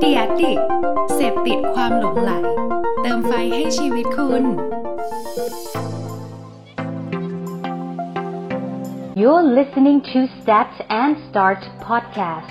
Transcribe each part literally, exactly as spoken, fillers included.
The Addict เสพติดความหลงใหลเติมไฟให้ชีวิตคุณ You're listening to Stat and Start podcast.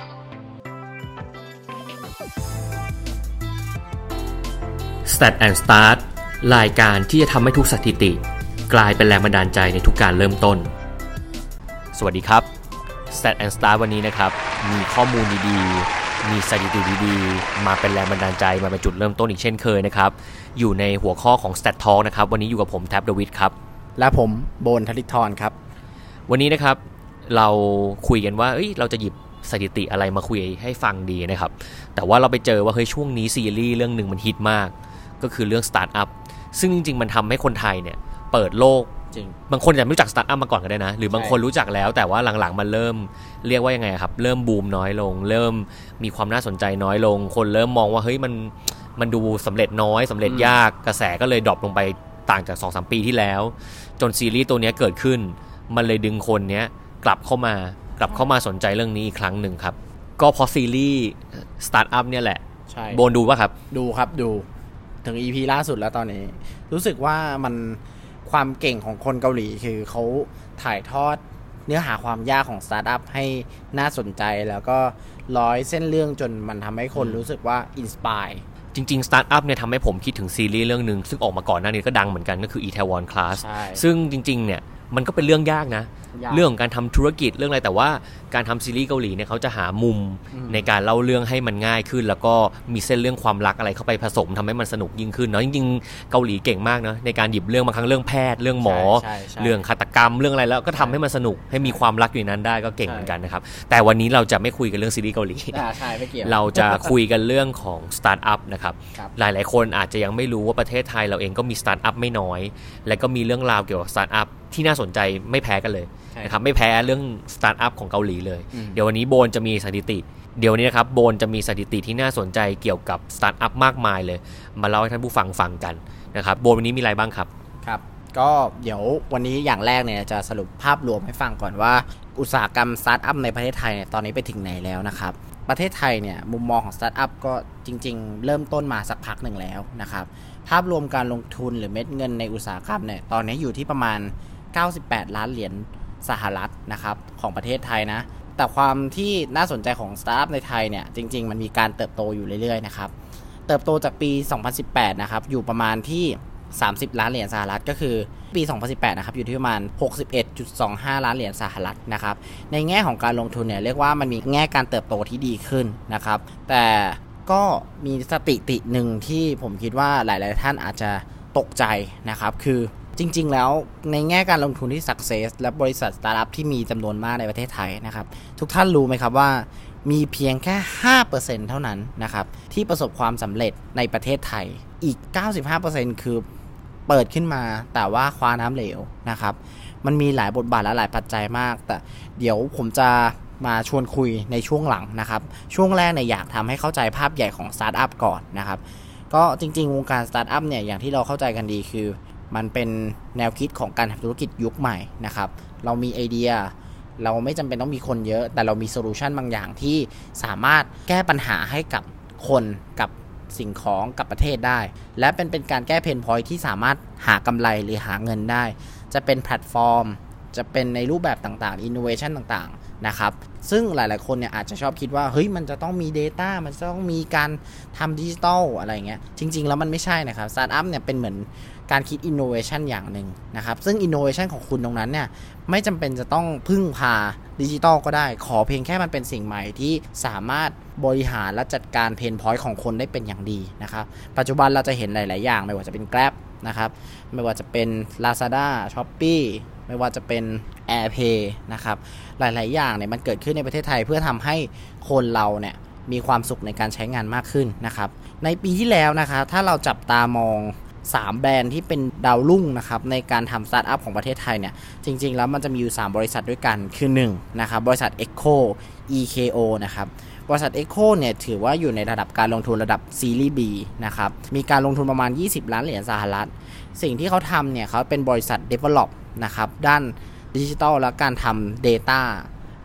Stat and Start รายการที่จะทำให้ทุกสถิติกลายเป็นแรงบันดาลใจในทุกการเริ่มต้นสวัสดีครับ Stat and Start วันนี้นะครับมีข้อมูลดีๆมีสถิติดีๆมาเป็นแรงบันดาลใจมาเป็นจุดเริ่มต้นอีกเช่นเคยนะครับอยู่ในหัวข้อของ Stat Talk นะครับวันนี้อยู่กับผมแท็บเดวิดครับและผมโบนธริธรครับวันนี้นะครับเราคุยกันว่าเอ้ยเราจะหยิบสถิติอะไรมาคุยให้ฟังดีนะครับแต่ว่าเราไปเจอว่าเฮ้ยช่วงนี้ซีรีส์เรื่องนึงมันฮิตมากก็คือเรื่องสตาร์ทอัพซึ่งจริงๆมันทำให้คนไทยเนี่ยเปิดโลกจริงบางคนยังไม่รู้จักสตาร์ทอัพมาก่อนก็ได้นะหรือบางคนรู้จักแล้วแต่ว่าหลังๆมันเริ่มเรียกว่ายังไงครับเริ่มบูมน้อยลงเริ่มมีความน่าสนใจน้อยลงคนเริ่มมองว่าเฮ้ยมันมันดูสำเร็จน้อยสำเร็จยากกระแสก็เลยดรอปลงไปต่างจาก สองถึงสาม ปีที่แล้วจนซีรีส์ตัวนี้เกิดขึ้นมันเลยดึงคนเนี้ยกลับเข้ามากลับเข้ามาสนใจเรื่องนี้อีกครั้งหนึ่งครับก็เพราะซีรีส์สตาร์ทอัพเนี่ยแหละใช่โบนดูป่ะครับดูครับดูถึง อี พี ล่าสุดแล้วตอนนี้รู้สึกว่ามันความเก่งของคนเกาหลีคือเขาถ่ายทอดเนื้อหาความยากของสตาร์ทอัพให้น่าสนใจแล้วก็ร้อยเส้นเรื่องจนมันทำให้คนรู้สึกว่าอินสปายจริงๆสตาร์ทอัพเนี่ยทำให้ผมคิดถึงซีรีส์เรื่องนึงซึ่งออกมาก่อนหน้านี้ก็ดังเหมือนกันก็คือ Itaewon Class ซึ่งจริงๆเนี่ยมันก็เป็นเรื่องยากนะเรื่องของการทำธุรกิจเรื่องอะไรแต่ว่าการทำซีรีส์เกาหลีเนี่ยเขาจะหามุมในการเล่าเรื่องให้มันง่ายขึ้นแล้วก็มีเส้นเรื่องความรักอะไรเข้าไปผสมทำให้มันสนุกยิ่งขึ้นเนาะจริงๆเกาหลีเก่งมากนะในการหยิบเรื่องบางครั้งเรื่องแพทย์เรื่องหมอเรื่องฆาตกรรมเรื่องอะไรแล้วก็ทำให้มันสนุกให้มีความรักอยู่ในนั้นได้ก็เก่งเหมือนกันนะครับแต่วันนี้เราจะไม่คุยกันเรื่องซีรีส์เกาหลีเราจะคุยกันเรื่องของสตาร์ทอัพนะครับหลายๆคนอาจจะยังไม่รู้ว่าประเทศไทยเราเองก็มีสตาร์ทอัพไม่น้อยและก็มีเรื่องราวเกี่ยวกับสตาร์ทอัพที่น่าสนใจไม่แพ้กันเลยนะครับไม่แพ้เรื่องสตาร์ทอัพของเกาหลีเลยเดี๋ยววันนี้โบนจะมีสถิติเดี๋ยวนี้นะครับโบนจะมีสถิติที่น่าสนใจเกี่ยวกับสตาร์ทอัพมากมายเลยมาเล่าให้ท่านผู้ฟังฟังกันนะครับโบนวันนี้มีอะไรบ้างครับครับก็เดี๋ยววันนี้อย่างแรกเนี่ยจะสรุปภาพรวมให้ฟังก่อนว่าอุตสาหกรรมสตาร์ทอัพในประเทศไทยเนี่ยตอนนี้ไปถึงไหนแล้วนะครับประเทศไทยเนี่ยมุมมองของสตาร์ทอัพก็จริงๆเริ่มต้นมาสักพักหนึ่งแล้วนะครับภาพรวมการลงทุนหรือเม็ดเงินในอุตสาหกรรมเนี่ยตอนนี้อยู่ที่ประมาณเก้าสิบแปดล้านเหรียญสหรัฐนะครับของประเทศไทยนะแต่ความที่น่าสนใจของสตาร์ทอัพในไทยเนี่ยจริงๆมันมีการเติบโตอยู่เรื่อยๆนะครับเติบโตจากปีสองพันสิบแปดนะครับอยู่ประมาณที่สามสิบล้านเหรียญสหรัฐก็คือปีสองพันสิบแปดนะครับอยู่ที่ประมาณ หกสิบเอ็ดจุดสองห้าล้านเหรียญสหรัฐนะครับในแง่ของการลงทุนเนี่ยเรียกว่ามันมีแง่การเติบโตที่ดีขึ้นนะครับแต่ก็มีสถิติหนึ่งที่ผมคิดว่าหลายๆท่านอาจจะตกใจนะครับคือจริงๆแล้วในแง่การลงทุนที่ success และบริษัทสตาร์ทอัพที่มีจำนวนมากในประเทศไทยนะครับทุกท่านรู้ไหมครับว่ามีเพียงแค่ ห้าเปอร์เซ็นต์ เท่านั้นนะครับที่ประสบความสำเร็จในประเทศไทยอีก เก้าสิบห้าเปอร์เซ็นต์ คือเปิดขึ้นมาแต่ว่าคว้าน้ำเหลวนะครับมันมีหลายบทบาทและหลายปัจจัยมากแต่เดี๋ยวผมจะมาชวนคุยในช่วงหลังนะครับช่วงแรกเนี่ยอยากทำให้เข้าใจภาพใหญ่ของสตาร์ทอัพก่อนนะครับก็จริงๆวงการสตาร์ทอัพเนี่ยอย่างที่เราเข้าใจกันดีคือมันเป็นแนวคิดของการทำธุรกิจยุคใหม่นะครับเรามีไอเดียเราไม่จำเป็นต้องมีคนเยอะแต่เรามีโซลูชันบางอย่างที่สามารถแก้ปัญหาให้กับคนกับสิ่งของกับประเทศได้และเป็นเป็นการแก้เพนพอยท์ที่สามารถหากำไรหรือหาเงินได้จะเป็นแพลตฟอร์มจะเป็นในรูปแบบต่างๆอินโนเวชันต่างๆนะครับซึ่งหลายๆคนเนี่ยอาจจะชอบคิดว่าเฮ้ยมันจะต้องมี data มันจะต้องมีการทำดิจิทัลอะไรเงี้ยจริงๆแล้วมันไม่ใช่นะครับสตาร์ทอัพเนี่ยเป็นเหมือนการคิด innovation อย่างหนึ่งนะครับซึ่ง innovation ของคุณตรงนั้นเนี่ยไม่จำเป็นจะต้องพึ่งพาดิจิทัลก็ได้ขอเพียงแค่มันเป็นสิ่งใหม่ที่สามารถบริหารและจัดการเพนพอยต์ของคนได้เป็นอย่างดีนะครับปัจจุบันเราจะเห็นหลายๆอย่างไม่ว่าจะเป็น Grab นะครับไม่ว่าจะเป็น Lazada Shopee ไม่ว่าจะเป็น AirPay นะครับหลายๆอย่างเนี่ยมันเกิดขึ้นในประเทศไทยเพื่อทำให้คนเราเนี่ยมีความสุขในการใช้งานมากขึ้นนะครับในปีที่แล้วนะคะถ้าเราจับตามองสามแบรนด์ที่เป็นดาวรุ่งนะครับในการทำสตาร์ทอัพของประเทศไทยเนี่ยจริงๆแล้วมันจะมีอยู่สามบริษัทด้วยกันคือหนึ่งนะครับบริษัท Echo อี เค โอ นะครับบริษัท Echo เนี่ยถือว่าอยู่ในระดับการลงทุนระดับซีรีส์ B นะครับมีการลงทุนประมาณยี่สิบล้านเหรียญสหรัฐสิ่งที่เขาทำเนี่ยเขาเป็นบริษัท develop นะครับด้านดิจิทัลและการทำ data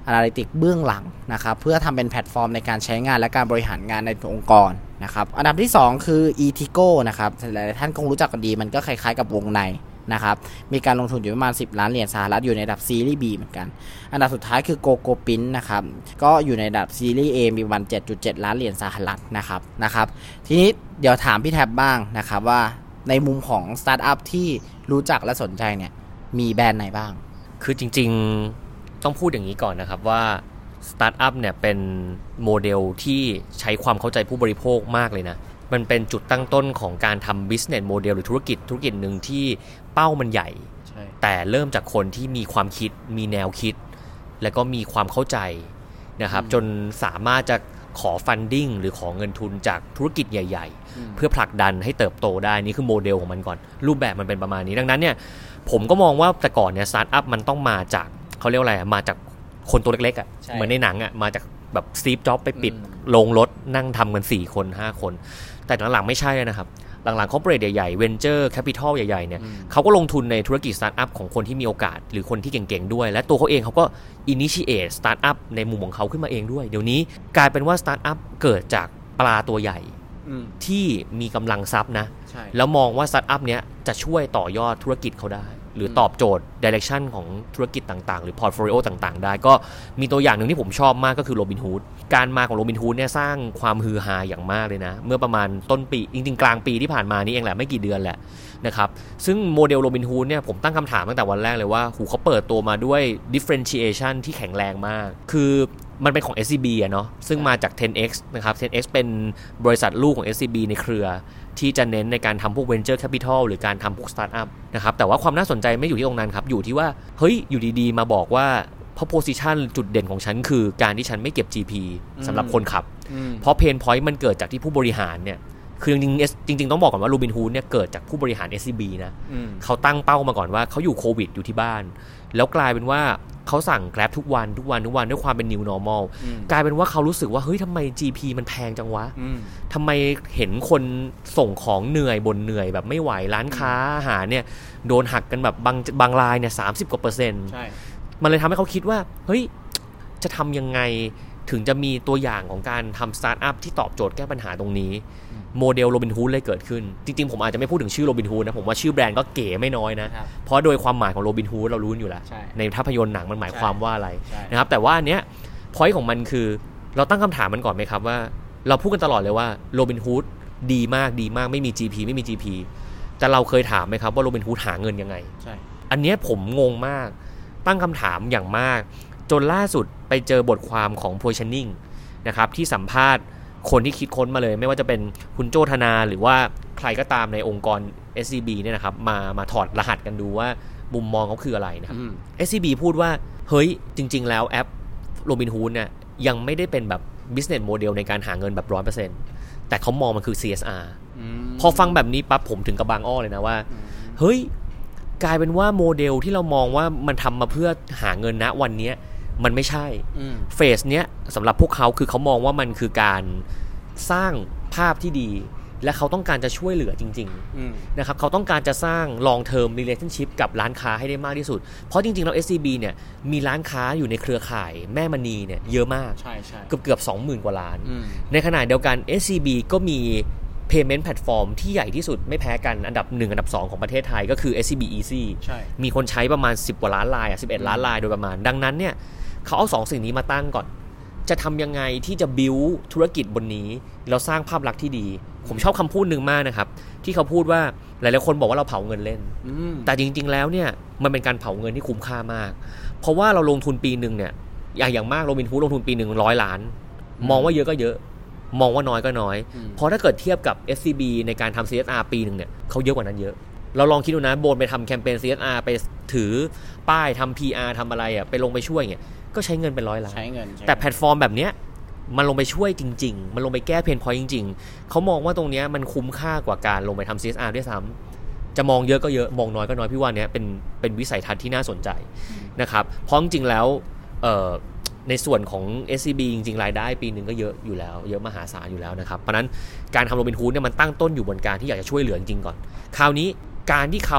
Analytics เบื้องหลังนะครับเพื่อทำเป็นแพลตฟอร์มในการใช้งานและการบริหารงานในองค์กรนะครับอันดับที่สองคือ Etigo นะครับหลายๆท่านคงรู้จักกันดีมันก็คล้ายๆกับวงในนะครับมีการลงทุนอยู่ประมาณสิบล้านเหรียญสหรัฐอยู่ในระดับซีรีส์ B เหมือนกันอันดับสุดท้ายคือ GoGoPin นะครับก็อยู่ในระดับซีรีส์ A มีประมาณ เจ็ดจุดเจ็ด ล้านเหรียญสหรัฐนะครับนะครับทีนี้เดี๋ยวถามพี่แท็บบ้างนะครับว่าในมุมของสตาร์ทอัพที่รู้จักและสนใจเนี่ยมีแบรนด์ไหนบ้างคือจริงๆต้องพูดอย่างนี้ก่อนนะครับว่าสตาร์ทอัพเนี่ยเป็นโมเดลที่ใช้ความเข้าใจผู้บริโภคมากเลยนะมันเป็นจุดตั้งต้นของการทำ business model หรือธุรกิจธุรกิจหนึ่งที่เป้ามันใหญ่แต่เริ่มจากคนที่มีความคิดมีแนวคิดแล้วก็มีความเข้าใจนะครับจนสามารถจะขอ funding หรือขอเงินทุนจากธุรกิจใหญ่ๆเพื่อผลักดันให้เติบโตได้นี่คือโมเดลของมันก่อนรูปแบบมันเป็นประมาณนี้ดังนั้นเนี่ยผมก็มองว่าแต่ก่อนเนี่ยสตาร์ทอัพมันต้องมาจากเขาเรียกว่าอะไรมาจากคนตัวเล็กๆอ่ะเหมือนในหนังอ่ะมาจากแบบสตีฟจ็อบส์ไปปิดโรงรถนั่งทำกันสี่คนห้าคนแต่หลังๆไม่ใช่นะครับหลังๆคอร์ปอเรทใหญ่ๆเวนเจอร์แคปิตอลใหญ่ๆเนี่ยเขาก็ลงทุนในธุรกิจสตาร์ทอัพของคนที่มีโอกาสหรือคนที่เก่งๆด้วยและตัวเขาเองเขาก็อินิชิเอตสตาร์ทอัพในมุมของเขาขึ้นมาเองด้วยเดี๋ยวนี้กลายเป็นว่าสตาร์ทอัพเกิดจากปลาตัวใหญ่ที่มีกำลังทรัพย์นะแล้วมองว่าสตาร์ทอัพเนี้ยจะช่วยต่อยอดธุรกิจเขาได้หรือตอบโจทย์ direction ของธุรกิจต่างๆหรือ portfolio ต่างๆได้ก็มีตัวอย่างหนึ่งที่ผมชอบมากก็คือ Robinhood การมาของ Robinhood เนี่ยสร้างความฮือฮาอย่างมากเลยนะเมื่อประมาณต้นปีจริงๆกลางปีที่ผ่านมานี่เองแหละไม่กี่เดือนแหละนะครับซึ่งโมเดล Robinhood เนี่ยผมตั้งคำถามตั้งแต่วันแรกเลยว่าหูเขาเปิดตัวมาด้วย differentiation ที่แข็งแรงมากคือมันเป็นของ เอส ซี บี อ่ะเนาะซึ่งมาจาก เท็น เอ็กซ์ นะครับ เท็น เอ็กซ์ เป็นบริษัทลูกของ เอส ซี บี ในเครือที่จะเน้นในการทำพวก Venture Capital หรือการทำพวก Startup นะครับแต่ว่าความน่าสนใจไม่อยู่ที่ตรงนั้นครับอยู่ที่ว่าเฮ้ยอยู่ดีๆมาบอกว่าเพราะ position จุดเด่นของฉันคือการที่ฉันไม่เก็บ จี พี สำหรับคนขับเพราะ pain point มันเกิดจากที่ผู้บริหารเนี่ยคือจริงๆจริงๆต้องบอกก่อนว่า Robinhood เนี่ยเกิดจากผู้บริหาร เอส ซี บี นะเขาตั้งเป้ามาก่อนว่าเขาอยู่โควิดอยู่ที่บ้านแล้วกลายเป็นว่าเขาสั่ง Grab ทุกวันทุกวันทุกวันด้วยความเป็น New Normal กลายเป็นว่าเขารู้สึกว่าเฮ้ยทำไม จี พี มันแพงจังวะทำไมเห็นคนส่งของเหนื่อยบนเหนื่อยแบบไม่ไหวร้านค้าอาหารเนี่ยโดนหักกันแบบบางบางรายเนี่ยสามสิบกว่าเปอร์เซ็นต์มันเลยทำให้เขาคิดว่าเฮ้ยจะทำยังไงถึงจะมีตัวอย่างของการทำสตาร์ทอัพที่ตอบโจทย์แก้ปัญหาตรงนี้โมเดล Robinhood เลยเกิดขึ้นจริงๆผมอาจจะไม่พูดถึงชื่อ Robinhood นะผมว่าชื่อแบรนด์ก็เก๋ไม่น้อยนะเพราะโดยความหมายของ Robinhood เรารู้อยู่แล้วในภาพยนตร์หนังมันหมายความว่าอะไรนะครับแต่ว่าอันเนี้ย point ของมันคือเราตั้งคำถามมันก่อนไหมครับว่าเราพูดกันตลอดเลยว่า Robinhood ดีมากดีมากไม่มี จี พี ไม่มี จี พี แต่เราเคยถามไหมครับว่า Robinhood หาเงินยังไงอันเนี้ยผมงงมากตั้งคำถามอย่างมากจนล่าสุดไปเจอบทความของ Positioning นะครับที่สัมภาษณ์คนที่คิดค้นมาเลยไม่ว่าจะเป็นคุณโจธนาหรือว่าใครก็ตามในองค์กร เอส ซี บี เนี่ยนะครับมามาถอดรหัสกันดูว่ามุมมองเขาคืออะไรนะครับ เอส ซี บี พูดว่าเฮ้ยจริงๆแล้วแอป Robinhood เนี่ยยังไม่ได้เป็นแบบ business model ในการหาเงินแบบ หนึ่งร้อยเปอร์เซ็นต์ แต่เขามองมันคือ ซี เอส อาร์ พอฟังแบบนี้ปั๊บผมถึงกับบางอ้อเลยนะว่าเฮ้ยกลายเป็นว่าโมเดลที่เรามองว่ามันทำมาเพื่อหาเงินณวันนี้มันไม่ใช่เฟสเนี้ยสำหรับพวกเขาคือเขามองว่ามันคือการสร้างภาพที่ดีและเขาต้องการจะช่วยเหลือจริงๆนะครับเขาต้องการจะสร้าง long term relationship กับร้านค้าให้ได้มากที่สุดเพราะจริงๆแล้ว เอส ซี บี เนี่ยมีร้านค้าอยู่ในเครือข่ายแม่มณีเนี่ยเยอะมากเกือบเกือบ สองหมื่น กว่าล้านในขณะเดียวกัน เอส ซี บี ก็มี payment platform ที่ใหญ่ที่สุดไม่แพ้กันอันดับหนึ่งอันดับสองของประเทศไทยก็คือ เอส ซี บี Easy มีคนใช้ประมาณสิบกว่าล้านรายอ่ะสิบเอ็ดล้านรายโดยประมาณดังนั้นเนี่ยเขาเอาสองสิ่งนี้มาตั้งก่อนจะทำยังไงที่จะ build ธุรกิจบนนี้แล้วสร้างภาพลักษณ์ที่ดีผมชอบคำพูดหนึ่งมากนะครับที่เขาพูดว่าหลายๆคนบอกว่าเราเผาเงินเล่นแต่จริงๆแล้วเนี่ยมันเป็นการเผาเงินที่คุ้มค่ามากเพราะว่าเราลงทุนปีนึงเนี่ยอย่างอย่างมากRobinhoodลงทุนปีนึงร้อยล้านมองว่าเยอะก็เยอะมองว่าน้อยก็น้อยเพราะถ้าเกิดเทียบกับ เอส ซี บี ในการทำ ซี เอส อาร์ ปีนึงเนี่ยเขาเยอะกว่านั้นเยอะเราลองคิดดูนะโบนไปทำแคมเปญ ซี เอส อาร์ ไปถือป้ายทำ พี อาร์ ทำอะไรอ่ะไปลงไปช่วยเนี่ยก็ใช้เงินเป็นร้อยล้านแต่แพลตฟอร์มแบบเนี้ยมันลงไปช่วยจริงๆมันลงไปแก้เพนพอยต์จริงๆเขามองว่าตรงเนี้ยมันคุ้มค่ากว่าการลงไปทำ ซี เอส อาร์ ด้วยซ้ำจะมองเยอะก็เยอะมองน้อยก็น้อยพี่ว่าเนี้ยเป็นเป็นวิสัยทัศน์ที่น่าสนใจนะครับเพราะจริงๆแล้วเอ่อในส่วนของ เอส ซี บี จริงๆรายได้ปีนึงก็เยอะอยู่แล้วเยอะมหาศาลอยู่แล้วนะครับเพราะนั้นการทำ Robinhood เนี่ยมันตั้งต้นอยู่บนการที่อยากจะช่วยเหลือจริงๆก่อนคราวนี้การที่เขา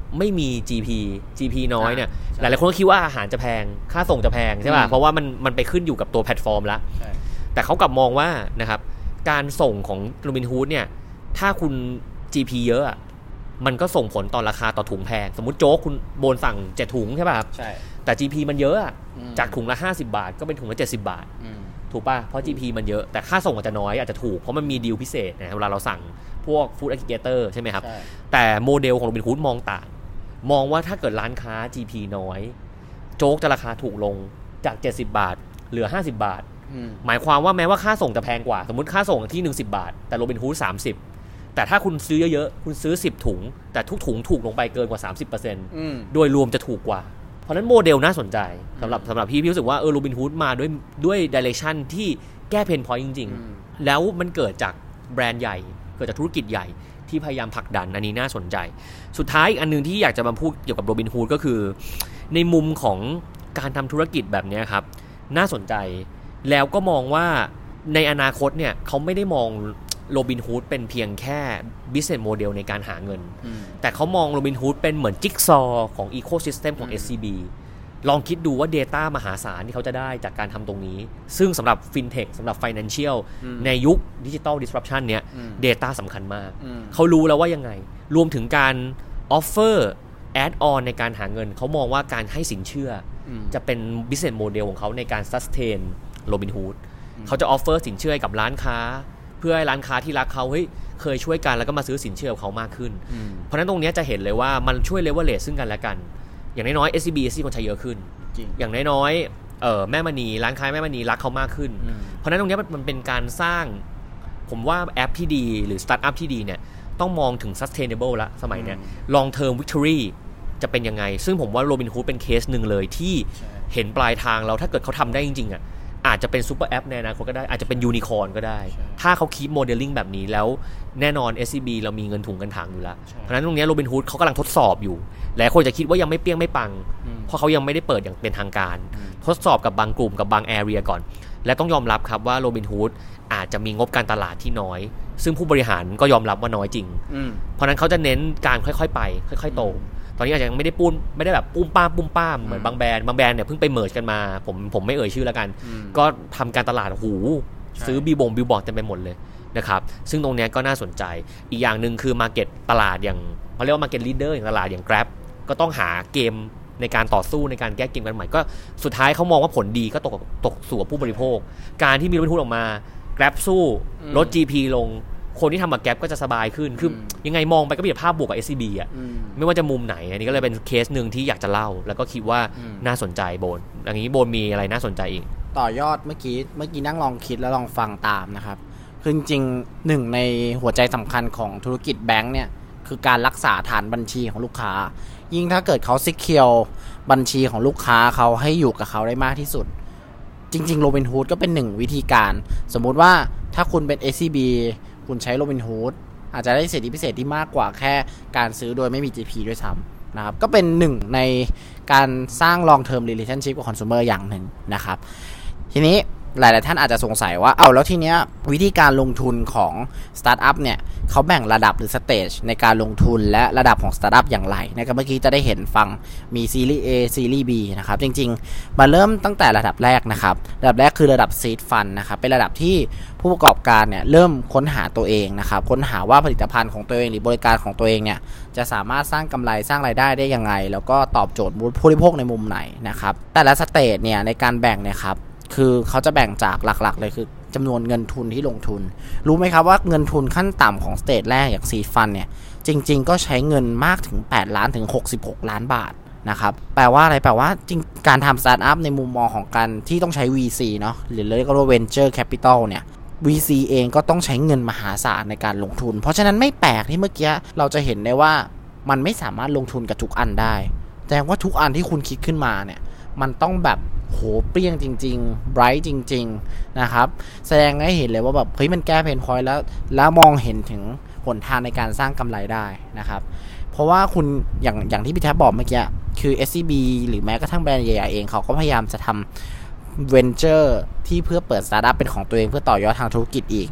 ไม่มี จี พี จี พี น้อยเนี่ยหลายๆคนก็คิดว่าอาหารจะแพงค่าส่งจะแพงใช่ป่ะเพราะว่ามันมันไปขึ้นอยู่กับตัวแพลตฟอร์มละแต่เขากลับมองว่านะครับการส่งของโรบินฮูดเนี่ยถ้าคุณ จี พี เยอะมันก็ส่งผลต่อราคาต่อถุงแพงสมมุติโจ๊กคุณโบนสั่งเจ็ดถุงใช่ป่ะใช่แต่ จี พี มันเยอะจากถุงละห้าสิบบาทก็เป็นถุงละเจ็ดสิบบาทถูกป่ะเพราะ จี พี มันเยอะแต่ค่าส่งอาจจะน้อยอาจจะถูกเพราะมันมีดีลพิเศษนะเวลาเราสั่งพวกฟู้ดแอกริเกเตอร์ใช่ไหมครับแต่โมเดลของโรบินฮูดมองต่างมองว่าถ้าเกิดร้านค้า จี พี น้อยโจ๊กจะราคาถูกลงจากเจ็ดสิบบาทเหลือห้าสิบบาทหมายความว่าแม้ว่าค่าส่งจะแพงกว่าสมมุติค่าส่งที่หนึ่งสิบบาทแต่โรบินฮูดสามสิบแต่ถ้าคุณซื้อเยอะๆคุณซื้อสิบถุงแต่ทุกถุงถูกลงไปเกินกว่า สามสิบเปอร์เซ็นต์ โดยรวมจะถูกกว่าเพราะนั้นโมเดลน่าสนใจสำหรับสำหรับพี่พี่รู้สึกว่าเออโรบินฮูดมาด้วยด้วยดิเรกชันที่แก้เพนพอยต์จริงๆแล้วมันเกิดจากแบรนด์ใหญ่เกิดจากธุรกิจใหญ่ที่พยายามผลักดันอันนี้น่าสนใจสุดท้ายอีกอันนึงที่อยากจะมาพูดเกี่ยวกับโรบินฮูดก็คือในมุมของการทำธุรกิจแบบนี้ครับน่าสนใจแล้วก็มองว่าในอนาคตเนี่ยเขาไม่ได้มองโรบินฮูดเป็นเพียงแค่ business model ในการหาเงินแต่เขามองโรบินฮูดเป็นเหมือนจิ๊กซอว์ของ ecosystem ของ เอส ซี บี ลองคิดดูว่า data มหาศาลที่เขาจะได้จากการทำตรงนี้ซึ่งสำหรับ fintech สำหรับ financial ในยุค digital disruption เนี่ย data สำคัญมากเขารู้แล้วว่ายังไงรวมถึงการ offer add on ในการหาเงินเขามองว่าการให้สินเชื่อจะเป็น business model ของเขาในการ sustain Robinhood เขาจะ offer สินเชื่อให้กับร้านค้าเพื่อให้ร้านค้าที่รักเขาเฮ้ยเคยช่วยกันแล้วก็มาซื้อสินเชื่อกับเขามากขึ้นเพราะฉะนั้นตรงนี้จะเห็นเลยว่ามันช่วย leverage ซึ่งกันและกันอย่างน้อยๆ เอส ซี บี ซีคนใช้เยอะขึ้นอย่างน้อยๆเอ่อแม่มณีร้านค้าแม่มณีรักเขามากขึ้นเพราะฉะนั้นตรงนี้มันเป็นการสร้างผมว่าแอปที่ดีหรือสตาร์ทอัพที่ดีเนี่ยต้องมองถึง sustainable ละสมัยเนี้ย long term victory จะเป็นยังไงซึ่งผมว่า Robinhood เป็นเคสหนึ่งเลยที่เห็นปลายทางเราถ้าเกิดเขาทำได้จริงๆอ่ะอาจจะเป็นซูเปอร์แอปในอนาคตก็ได้อาจจะเป็นยูนิคอร์นก็ได้ถ้าเขาคีปโมเดลลิ่งแบบนี้แล้วแน่นอน เอส ซี บี เรามีเงินถุงกันถังอยู่แล้วเพราะฉะนั้นตรงนี้ Robinhood เขากำลังทดสอบอยู่หลายคนจะคิดว่ายังไม่เปี้ยงไม่ปังเพราะเขายังไม่ได้เปิดอย่างเป็นทางการทดสอบกับบางกลุ่มกับบางแอเรียก่อนและต้องยอมรับครับว่า Robinhood อาจจะมีงบการตลาดที่น้อยซึ่งผู้บริหารก็ยอมรับว่าน้อยจริงเพราะนั้นเขาจะเน้นการค่อยๆไปค่อยๆโตตอนนี้อาจจะยังไม่ได้ปุ้มไม่ได้แบบปุ้มป้ามปุ้มป้ามเหมือนบางแบรนด์บางแบรนด์เนี่ยเพิ่งไปเมิร์จกันมาผมผมไม่เอ่ยชื่อแล้วกันก็ทำการตลาดหูซื้อบิลบงบิลบอร์ดเต็มไปหมดเลยนะครับซึ่งตรงนี้ก็น่าสนใจอีกอย่างนึงคือมาร์เก็ตตลาดอย่างเขาเรียกว่ามาร์เก็ตลีดเดอร์อย่างตลาดอย่าง Grab ก็ต้องหาเกมในการต่อสู้ในการแก้เกมกันใหม่ก็สุดท้ายเขามองว่าผลดีก็ตกตกสู่ผู้บริโภคการที่มีรถบรรทุกออกมา Grab สู้ลด จี พี ลงคนที่ทำกับแก๊ปก็จะสบายขึ้นคือยังไงมองไปก็มีภาพบวกกับ เอส ซี บี อ่ะไม่ว่าจะมุมไหนอันนี้ก็เลยเป็นเคสหนึ่งที่อยากจะเล่าแล้วก็คิดว่าน่าสนใจโบนอย่างนี้โบนมีอะไรน่าสนใจอีกต่อยอดเมื่อกี้เมื่อกี้นั่งลองคิดแล้วลองฟังตามนะครับคือจริงๆหนึ่งในหัวใจสำคัญของธุรกิจแบงค์เนี่ยคือการรักษาฐานบัญชีของลูกค้ายิ่งถ้าเกิดเขาซิกเคียวบัญชีของลูกค้าเขาให้อยู่กับเขาได้มากที่สุดจริงๆ Robinhood ก็เป็นหนึ่งวิธีการสมมุติว่าถ้าคุณเป็น เอส ซี บี คุณใช้ Robinhood อาจจะได้สิทธิพิเศษที่มากกว่าแค่การซื้อโดยไม่มี จี พี ด้วยซ้ำนะครับก็เป็นหนึ่งในการสร้าง long term relationship กับ consumer อย่างหนึ่งนะครับทีนี้หลายๆท่านอาจจะสงสัยว่าเอาแล้วทีเนี้ยวิธีการลงทุนของสตาร์ทอัพเนี่ยเขาแบ่งระดับหรือสเตจในการลงทุนและระดับของสตาร์ทอัพอย่างไรนะครับเมื่อกี้จะได้เห็นฟังมีซีรีส์ A ซีรีส์ B นะครับจริงๆมาเริ่มตั้งแต่ระดับแรกนะครับระดับแรกคือระดับ Seed Fund นะครับเป็นระดับที่ผู้ประกอบการเนี่ยเริ่มค้นหาตัวเองนะครับค้นหาว่าผลิตภัณฑ์ของตัวเองหรือบริการของตัวเองเนี่ยจะสามารถสร้างกำไรสร้างรายได้ได้ยังไงแล้วก็ตอบโจทย์ผู้บริโภคในมุมไหนนะครับแต่ละสเตจเนี่ยในการแบ่งเนี่ยครับคือเขาจะแบ่งจากหลักๆเลยคือจำนวนเงินทุนที่ลงทุนรู้ไหมครับว่าเงินทุนขั้นต่ำของสเตจแรกอย่าง Seed Fund เนี่ยจริงๆก็ใช้เงินมากถึงแปดล้านถึงหกสิบหกล้านบาทนะครับแปลว่าอะไรแปลว่าจริงการทำสตาร์ทอัพในมุมมองของการที่ต้องใช้ วี ซี เนาะหรือเรียกว่า Venture Capital เนี่ย วี ซี เองก็ต้องใช้เงินมหาศาลในการลงทุนเพราะฉะนั้นไม่แปลกที่เมื่อกี้เราจะเห็นได้ว่ามันไม่สามารถลงทุนกับทุกอันได้แสดงว่าทุกอันที่คุณคิดขึ้นมาเนี่ยมันต้องแบบโหเปรี้ยงจริงๆ bright จริงๆนะครับแสดงให้เห็นเลยว่าแบบเฮ้ยมันแก้เพนพอยต์แล้วแล้วมองเห็นถึงหนทางในการสร้างกำไรได้นะครับเพราะว่าคุณอย่างอย่างที่พี่แท็บบอกเมื่อกี้คือ เอส ซี บี หรือแม้กระทั่งแบรนด์ใหญ่ๆเองเขาก็พยายามจะทำ venture ที่เพื่อเปิดสตาร์ทอัพเป็นของตัวเองเพื่อต่อยอดทางธุรกิจอีก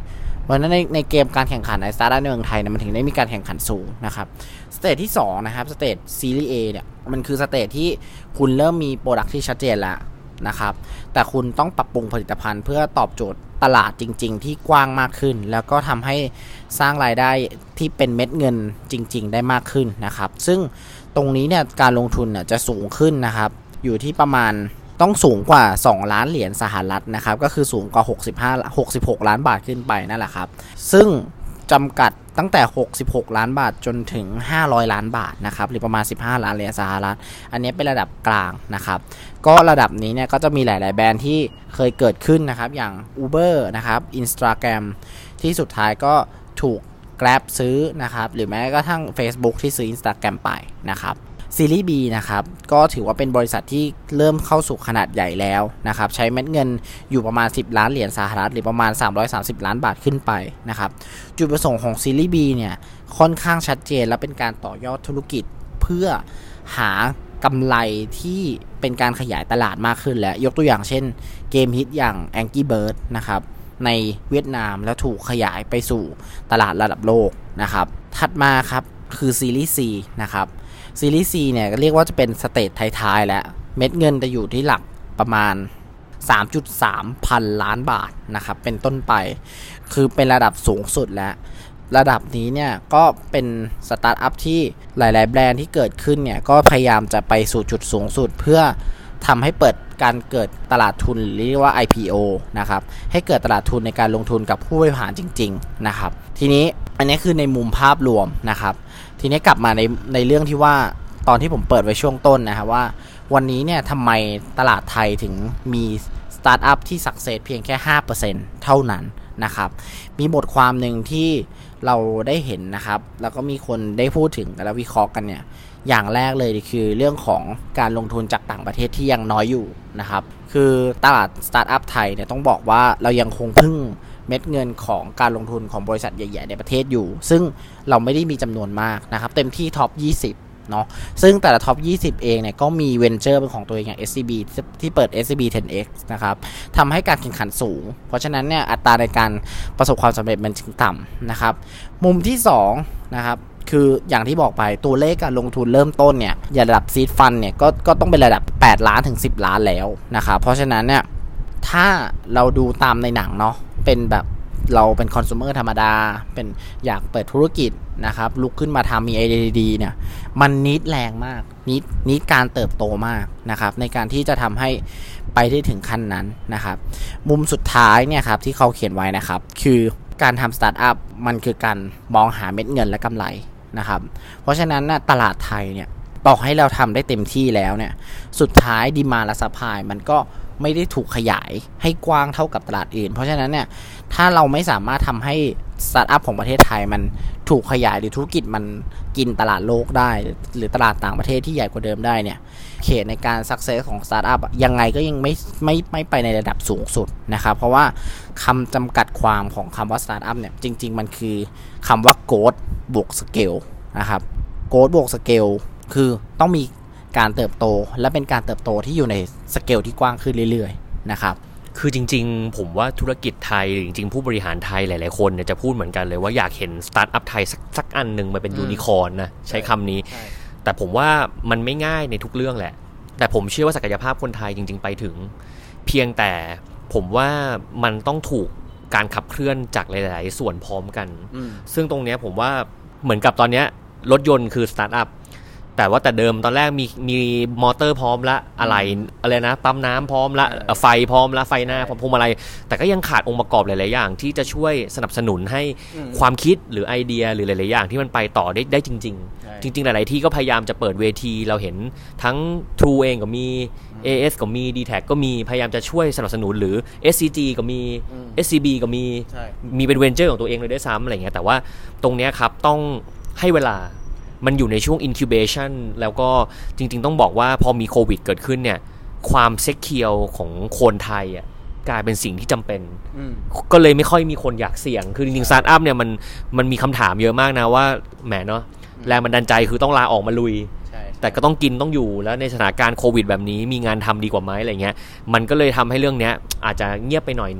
เพราะฉะนั้นในในเกมการแข่งขันในสตาร์ทอัพในเมืองไทยเนี่ยมันถึงได้มีการแข่งขันสูงนะครับสเตจที่สองนะครับสเตจซีรีส์ A เนี่ยมันคือสเตจที่คุณเริ่มมีโปรดักต์ที่ชัดเจนแล้วนะครับแต่คุณต้องปรับปรุงผลิตภัณฑ์เพื่อตอบโจทย์ตลาดจริงๆที่กว้างมากขึ้นแล้วก็ทำให้สร้างรายได้ที่เป็นเม็ดเงินจริงๆได้มากขึ้นนะครับซึ่งตรงนี้เนี่ยการลงทุนเนี่ยจะสูงขึ้นนะครับอยู่ที่ประมาณต้องสูงกว่าสองล้านเหรียญสหรัฐนะครับก็คือสูงกว่าหกสิบห้า หกสิบหกล้านบาทขึ้นไปนั่นแหละครับซึ่งจำกัดตั้งแต่หกสิบหกล้านบาทจนถึงห้าร้อยล้านบาทนะครับหรือประมาณสิบห้าล้านเหรียญสหรัฐอันนี้เป็นระดับกลางนะครับก็ระดับนี้เนี่ยก็จะมีหลายๆแบรนด์ที่เคยเกิดขึ้นนะครับอย่าง Uber นะครับ Instagram ที่สุดท้ายก็ถูก Grab ซื้อนะครับหรือแม้กระทั่ง Facebook ที่ซื้อ Instagram ไปนะครับซีรีส์ B นะครับก็ถือว่าเป็นบริษัทที่เริ่มเข้าสู่ขนาดใหญ่แล้วนะครับใช้เม็ดเงินอยู่ประมาณสิบล้านเหรียญสหรัฐหรือประมาณสามร้อยสามสิบล้านบาทขึ้นไปนะครับจุดประสงค์ของซีรีส์ B เนี่ยค่อนข้างชัดเจนและเป็นการต่อยอดธุรกิจเพื่อหากำไรที่เป็นการขยายตลาดมากขึ้นและยกตัวอย่างเช่นเกมฮิตอย่าง Angry Birds นะครับในเวียดนามแล้วถูกขยายไปสู่ตลาดระดับโลกนะครับถัดมาครับคือซีรีส์ C นะครับซีรีส์ C เนี่ยเรียกว่าจะเป็นสเตจท้ายๆแล้วเม็ดเงินจะอยู่ที่หลักประมาณ สามจุดสาม พันล้านบาทนะครับเป็นต้นไปคือเป็นระดับสูงสุดแล้วระดับนี้เนี่ยก็เป็นสตาร์ทอัพที่หลายๆแบรนด์ที่เกิดขึ้นเนี่ยก็พยายามจะไปสู่จุดสูงสุดเพื่อทำให้เปิดการเกิดตลาดทุนเรียกว่า ไอ พี โอ นะครับให้เกิดตลาดทุนในการลงทุนกับผู้บริหารจริงๆนะครับทีนี้อันนี้คือในมุมภาพรวมนะครับทีนี้กลับมาในในเรื่องที่ว่าตอนที่ผมเปิดไว้ช่วงต้นนะครับว่าวันนี้เนี่ยทำไมตลาดไทยถึงมีสตาร์ทอัพที่สักเซสเพียงแค่ ห้าเปอร์เซ็นต์ เท่านั้นนะครับมีบทความหนึ่งที่เราได้เห็นนะครับแล้วก็มีคนได้พูดถึงและวิเคราะห์กันเนี่ยอย่างแรกเลยคือเรื่องของการลงทุนจากต่างประเทศที่ยังน้อยอยู่นะครับคือตลาดสตาร์ทอัพไทยเนี่ยต้องบอกว่าเรายังคงพึ่งเม็ดเงินของการลงทุนของบริษัทใหญ่ๆในประเทศอยู่ซึ่งเราไม่ได้มีจำนวนมากนะครับเต็มที่ท็อปยี่สิบเนาะซึ่งแต่ละท็อปยี่สิบเองเนี่ยก็มีเวนเจอร์เป็นของตัวเองอย่าง เอส ซี บี ที่เปิด เอส ซี บี เท็น เอ็กซ์ นะครับทำให้การแข่งขันสูงเพราะฉะนั้นเนี่ยอัตราในการประสบความสำเร็จมันจึงต่ำนะครับมุมที่สองนะครับคืออย่างที่บอกไปตัวเลขการลงทุนเริ่มต้นเนี่ยอย่าระดับซีดฟันเนี่ยก็ก็ต้องเป็นระดับแปดล้านถึงสิบล้านแล้วนะครับเพราะฉะนั้นเนี่ยถ้าเราดูตามในหนังเนาะเป็นแบบเราเป็นคอน sumer ธรรมดาเป็นอยากเปิดธุรกิจนะครับลุกขึ้นมาทำมีไอเดียดีๆเนี่ยมันนิดแรงมากนิดนิดการเติบโตมากนะครับในการที่จะทำให้ไปได้ถึงขั้นนั้นนะครับมุมสุดท้ายเนี่ยครับที่เขาเขียนไว้นะครับคือการทำสตาร์ทอัพมันคือการมองหาเม็ดเงินและกำไรนะครับเพราะฉะนั้นนะตลาดไทยเนี่ยต่อให้เราทำได้เต็มที่แล้วเนี่ยสุดท้ายดีมานด์และซัพพลายมันก็ไม่ได้ถูกขยายให้กว้างเท่ากับตลาดอื่นเพราะฉะนั้นเนี่ยถ้าเราไม่สามารถทำให้สตาร์ทอัพของประเทศไทยมันถูกขยายหรือธุรกิจมันกินตลาดโลกได้หรือตลาดต่างประเทศที่ใหญ่กว่าเดิมได้เนี่ยเขตในการซักเซสของสตาร์ทอัพยังไงก็ยังไม่ไม่ไม่ไปในระดับสูงสุดนะครับเพราะว่าคำจำกัดความของคำว่าสตาร์ทอัพเนี่ยจริงๆมันคือคำว่าโกรทบวกสเกลนะครับโกรทบวกสเกลคือต้องมีการเติบโตและเป็นการเติบโตที่อยู่ในสเกลที่กว้างขึ้นเรื่อยๆนะครับคือจริงๆผมว่าธุรกิจไทยหรือจริงๆผู้บริหารไทยหลายๆคนเนี่ยจะพูดเหมือนกันเลยว่าอยากเห็นสตาร์ทอัพไทยสักสักอันนึงมาเป็นยูนิคอร์นนะใช้คำนี้แต่ผมว่ามันไม่ง่ายในทุกเรื่องแหละแต่ผมเชื่อว่าศักยภาพคนไทยจริงๆไปถึงเพียงแต่ผมว่ามันต้องถูกการขับเคลื่อนจากหลายๆส่วนพร้อมกันซึ่งตรงเนี้ยผมว่าเหมือนกับตอนเนี้ยรถยนต์คือสตาร์ทอัพแต่ว่าแต่เดิมตอนแรกมีมีมอเตอร์พร้อมละอะไรอะไรนะปั๊มน้ำพร้อมละไฟพร้อมละไฟหน้าพร้อมอะไรแต่ก็ยังขาดองค์ประกอบหลายๆอย่างที่จะช่วยสนับสนุนให้ความคิดหรือไอเดียหรือหลายๆอย่างที่มันไปต่อได้ได้จริงๆจริงๆหลายๆที่ก็พยายามจะเปิดเวทีเราเห็นทั้ง True เองก็มี เอ เอส ก็มี ดี แท็ก ก็มีพยายามจะช่วยสนับสนุนหรือ เอส ซี จี ก็มี เอส ซี บี ก็มีมีเป็นเวนเจอร์ของตัวเองเลยด้วยซ้ำอะไรเงี้ยแต่ว่าตรงเนี้ยครับต้องให้เวลามันอยู่ในช่วง incubation แล้วก็จริงๆต้องบอกว่าพอมีโควิดเกิดขึ้นเนี่ยความเซ็กเคียวของคนไทยอ่ะกลายเป็นสิ่งที่จำเป็นก็เลยไม่ค่อยมีคนอยากเสี่ยงคือจริงๆสตาร์ทอัพเนี่ยมันมันมีคำถามเยอะมากนะว่าแหมเนาะแรงบันดาลใจคือต้องลาออกมาลุยแต่ก็ต้องกินต้องอยู่แล้วในสถานการณ์โควิดแบบนี้มีงานทำดีกว่าไหมอะไรเงี้ยมันก็เลยทำให้เรื่องเนี้ยอาจจะเงียบไปหน่อยนึง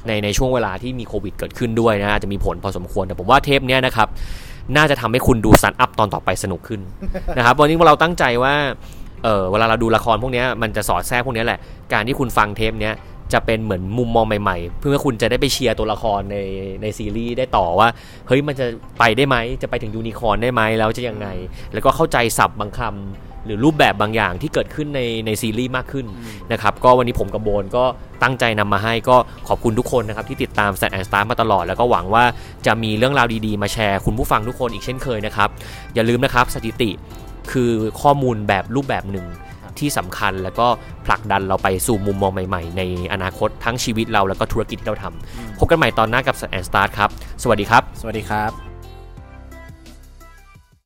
ในในช่วงเวลาที่มีโควิดเกิดขึ้นด้วยนะอาจจะมีผลพอสมควรแต่ผมว่าเทปเนี้ยนะครับน่าจะทำให้คุณดูสตาร์ทอัพตอนต่อไปสนุกขึ้น นะครับวันนี้เราตั้งใจว่าเออเวลาเราดูละครพวกนี้มันจะสอดแทรกพวกนี้แหละการที่คุณฟังเทปเนี้ยจะเป็นเหมือนมุมมองใหม่ๆเพื่อคุณจะได้ไปเชียร์ตัวละครในในซีรีส์ได้ต่อว่าเฮ้ยมันจะไปได้ไหมจะไปถึงยูนิคอร์นได้ไหมแล้วจะยังไงแล้วก็เข้าใจศัพท์บางคำหรือรูปแบบบางอย่างที่เกิดขึ้นในในซีรีส์มากขึ้นนะครับก็วันนี้ผมกับโบนก็ตั้งใจนำมาให้ก็ขอบคุณทุกคนนะครับที่ติดตาม Stat and Start มาตลอดแล้วก็หวังว่าจะมีเรื่องราวดีๆมาแชร์คุณผู้ฟังทุกคนอีกเช่นเคยนะครับอย่าลืมนะครับสถิติคือข้อมูลแบบรูปแบบหนึ่งที่สำคัญแล้วก็ผลักดันเราไปสู่มุมมองใหม่ๆในอนาคตทั้งชีวิตเราแล้วก็ธุรกิจที่เราทำพบกันใหม่ตอนหน้ากับ Stat and Start ครับสวัสดีครับสวัสดีครับ